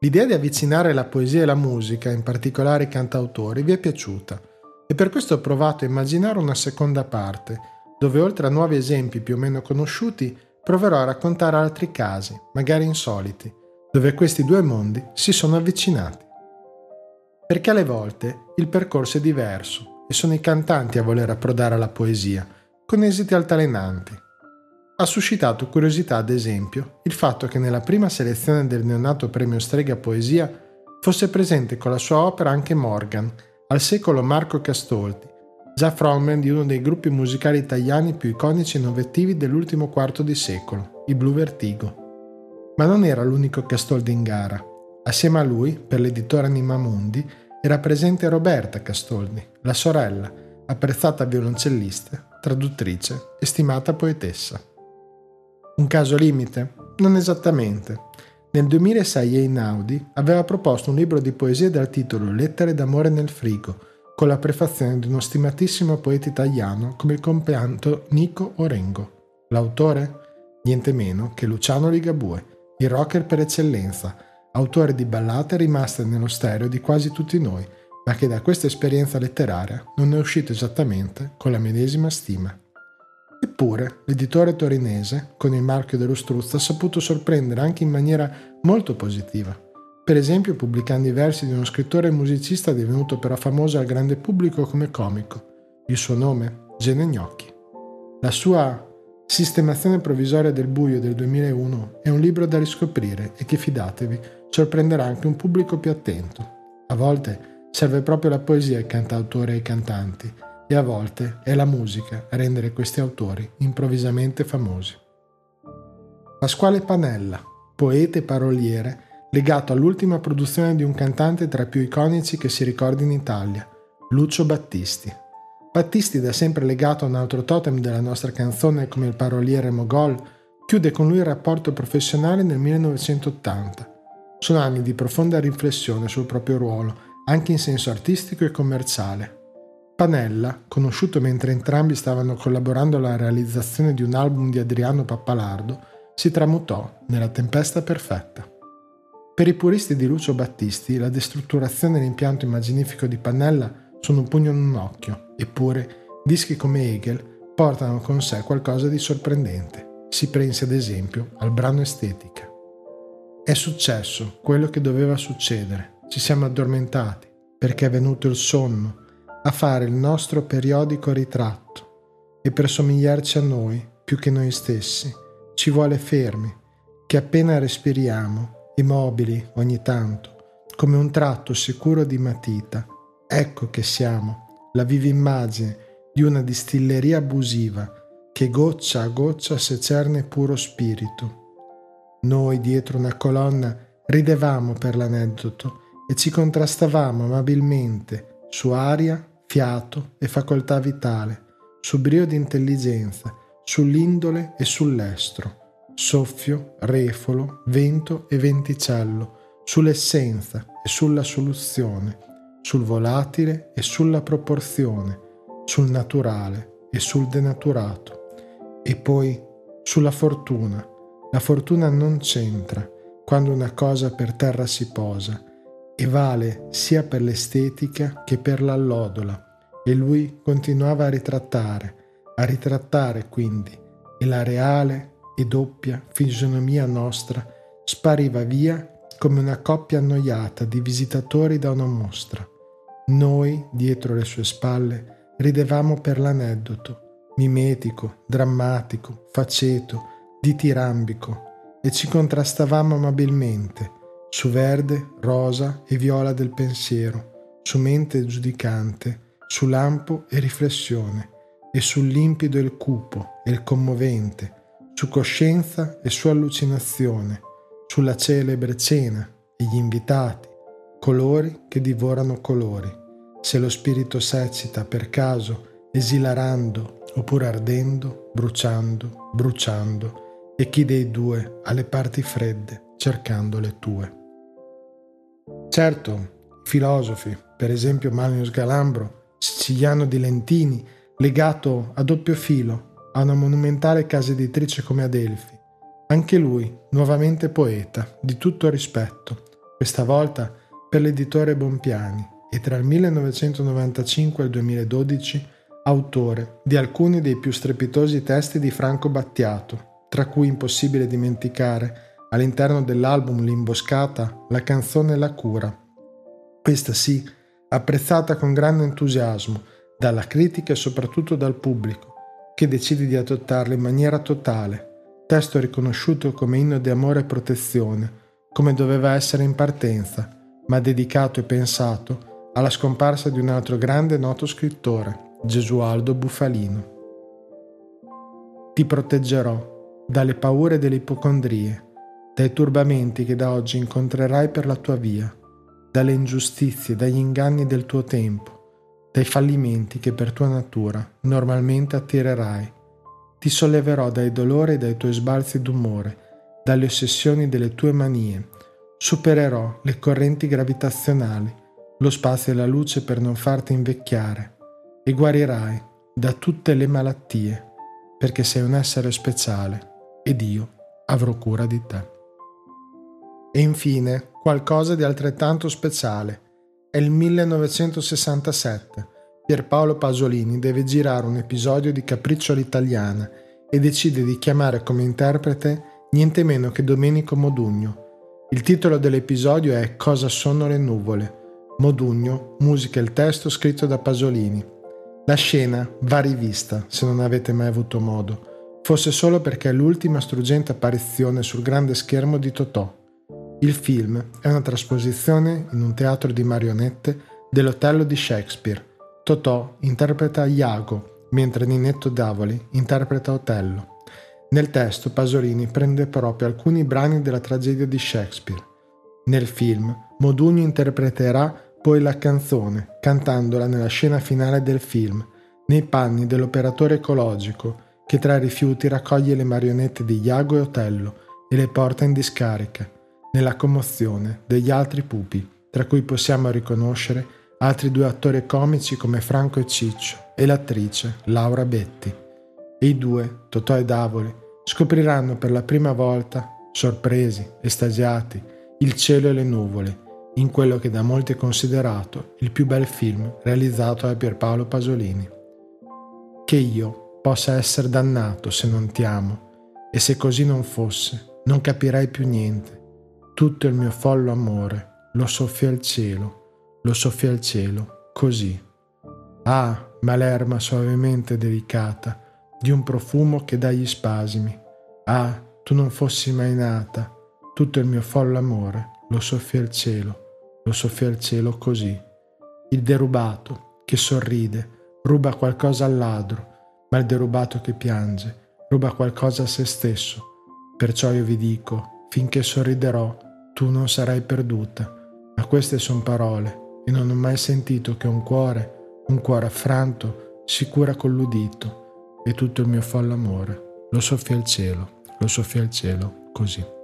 L'idea di avvicinare la poesia e la musica, in particolare i cantautori, vi è piaciuta e per questo ho provato a immaginare una seconda parte, dove oltre a nuovi esempi più o meno conosciuti, proverò a raccontare altri casi, magari insoliti, dove questi due mondi si sono avvicinati. Perché alle volte il percorso è diverso e sono i cantanti a voler approdare alla poesia, con esiti altalenanti. Ha suscitato curiosità, ad esempio, il fatto che nella prima selezione del neonato premio Strega Poesia fosse presente con la sua opera anche Morgan, al secolo Marco Castoldi, già frontman di uno dei gruppi musicali italiani più iconici e innovativi dell'ultimo quarto di secolo, i Blue Vertigo. Ma non era l'unico Castoldi in gara. Assieme a lui, per l'editore Animamundi, era presente Roberta Castoldi, la sorella, apprezzata violoncellista, traduttrice e stimata poetessa. Un caso limite? Non esattamente. Nel 2006 Einaudi aveva proposto un libro di poesie dal titolo Lettere d'amore nel frigo, con la prefazione di uno stimatissimo poeta italiano come il compianto Nico Orengo. L'autore? Niente meno che Luciano Ligabue, il rocker per eccellenza, autore di ballate rimaste nello stereo di quasi tutti noi, ma che da questa esperienza letteraria non è uscito esattamente con la medesima stima. Eppure, l'editore torinese, con il marchio dello Struzzo, ha saputo sorprendere anche in maniera molto positiva. Per esempio pubblicando i versi di uno scrittore e musicista divenuto però famoso al grande pubblico come comico. Il suo nome? Gene Gnocchi. La sua Sistemazione provvisoria del buio del 2001 è un libro da riscoprire e che, fidatevi, sorprenderà anche un pubblico più attento. A volte serve proprio la poesia ai cantautori e ai cantanti, e a volte è la musica a rendere questi autori improvvisamente famosi. Pasquale Panella, poeta e paroliere, legato all'ultima produzione di un cantante tra i più iconici che si ricordi in Italia, Lucio Battisti. Battisti, da sempre legato a un altro totem della nostra canzone come il paroliere Mogol, chiude con lui il rapporto professionale nel 1980. Sono anni di profonda riflessione sul proprio ruolo, anche in senso artistico e commerciale. Panella, conosciuto mentre entrambi stavano collaborando alla realizzazione di un album di Adriano Pappalardo, si tramutò nella Tempesta Perfetta. Per i puristi di Lucio Battisti, la destrutturazione e l'impianto immaginifico di Panella sono un pugno in un occhio, eppure dischi come Hegel portano con sé qualcosa di sorprendente. Si pensi ad esempio al brano Estetica. È successo quello che doveva succedere, ci siamo addormentati, perché è venuto il sonno a fare il nostro periodico ritratto e per somigliarci a noi, più che noi stessi, ci vuole fermi, che appena respiriamo, immobili ogni tanto, come un tratto sicuro di matita, ecco che siamo, la viva immagine di una distilleria abusiva che goccia a goccia secerne puro spirito. Noi dietro una colonna ridevamo per l'aneddoto e ci contrastavamo amabilmente su aria, fiato e facoltà vitale, su brio di intelligenza, sull'indole e sull'estro, soffio, refolo, vento e venticello, sull'essenza e sulla soluzione, sul volatile e sulla proporzione, sul naturale e sul denaturato, e poi sulla fortuna. La fortuna non c'entra quando una cosa per terra si posa e vale sia per l'estetica che per l'allodola, e lui continuava a ritrattare quindi, e la reale e doppia fisionomia nostra spariva via come una coppia annoiata di visitatori da una mostra. Noi, dietro le sue spalle, ridevamo per l'aneddoto, mimetico, drammatico, faceto, ditirambico, e ci contrastavamo amabilmente, su verde, rosa e viola del pensiero, su mente giudicante, su lampo e riflessione, e sul limpido e il cupo e il commovente, su coscienza e su allucinazione, sulla celebre cena e gli invitati, colori che divorano colori, se lo spirito s'eccita per caso, esilarando, oppure ardendo, bruciando, e chi dei due ha le parti fredde cercando le tue. Certo, i filosofi, per esempio Manius Galambro, siciliano di Lentini, legato a doppio filo a una monumentale casa editrice come Adelphi, anche lui nuovamente poeta, di tutto rispetto, questa volta per l'editore Bompiani, e tra il 1995 e il 2012 autore di alcuni dei più strepitosi testi di Franco Battiato, tra cui impossibile dimenticare, all'interno dell'album L'Imboscata, la canzone La cura. Questa sì, apprezzata con grande entusiasmo dalla critica e soprattutto dal pubblico, che decide di adottarla in maniera totale, testo riconosciuto come inno di amore e protezione, come doveva essere in partenza, ma dedicato e pensato alla scomparsa di un altro grande e noto scrittore, Gesualdo Bufalino. Ti proteggerò dalle paure e delle ipocondrie, dai turbamenti che da oggi incontrerai per la tua via, dalle ingiustizie, dagli inganni del tuo tempo, dai fallimenti che per tua natura normalmente attirerai. Ti solleverò dai dolori e dai tuoi sbalzi d'umore, dalle ossessioni delle tue manie. Supererò le correnti gravitazionali, lo spazio e la luce per non farti invecchiare, e guarirai da tutte le malattie, perché sei un essere speciale ed io avrò cura di te. E infine, qualcosa di altrettanto speciale. È il 1967. Pierpaolo Pasolini deve girare un episodio di Capriccio all'italiana e decide di chiamare come interprete niente meno che Domenico Modugno. Il titolo dell'episodio è Cosa sono le nuvole. Modugno musica il testo scritto da Pasolini. La scena va rivista, se non avete mai avuto modo, fosse solo perché è l'ultima struggente apparizione sul grande schermo di Totò. Il film è una trasposizione in un teatro di marionette dell'Otello di Shakespeare. Totò interpreta Iago, mentre Ninetto Davoli interpreta Otello. Nel testo Pasolini prende proprio alcuni brani della tragedia di Shakespeare. Nel film Modugno interpreterà poi la canzone, cantandola nella scena finale del film, nei panni dell'operatore ecologico che tra i rifiuti raccoglie le marionette di Iago e Otello e le porta in discarica, nella commozione degli altri pupi, tra cui possiamo riconoscere altri due attori comici come Franco e Ciccio e l'attrice Laura Betti. E i due, Totò e Davoli, scopriranno per la prima volta, sorpresi, estasiati, il cielo e le nuvole, in quello che da molti è considerato il più bel film realizzato da Pierpaolo Pasolini. Che io possa essere dannato se non ti amo, e se così non fosse, non capirei più niente. Tutto il mio follo amore lo soffia il cielo, così. Ah, ma l'erba suavemente delicata di un profumo che dà gli spasimi. Ah, tu non fossi mai nata, tutto il mio follo amore lo soffia il cielo così. Il derubato che sorride ruba qualcosa al ladro, ma il derubato che piange ruba qualcosa a se stesso. Perciò io vi dico, finché sorriderò, tu non sarai perduta. Ma queste son parole, e non ho mai sentito che un cuore affranto si cura con l'udito, e tutto il mio follo amore lo soffia il cielo così.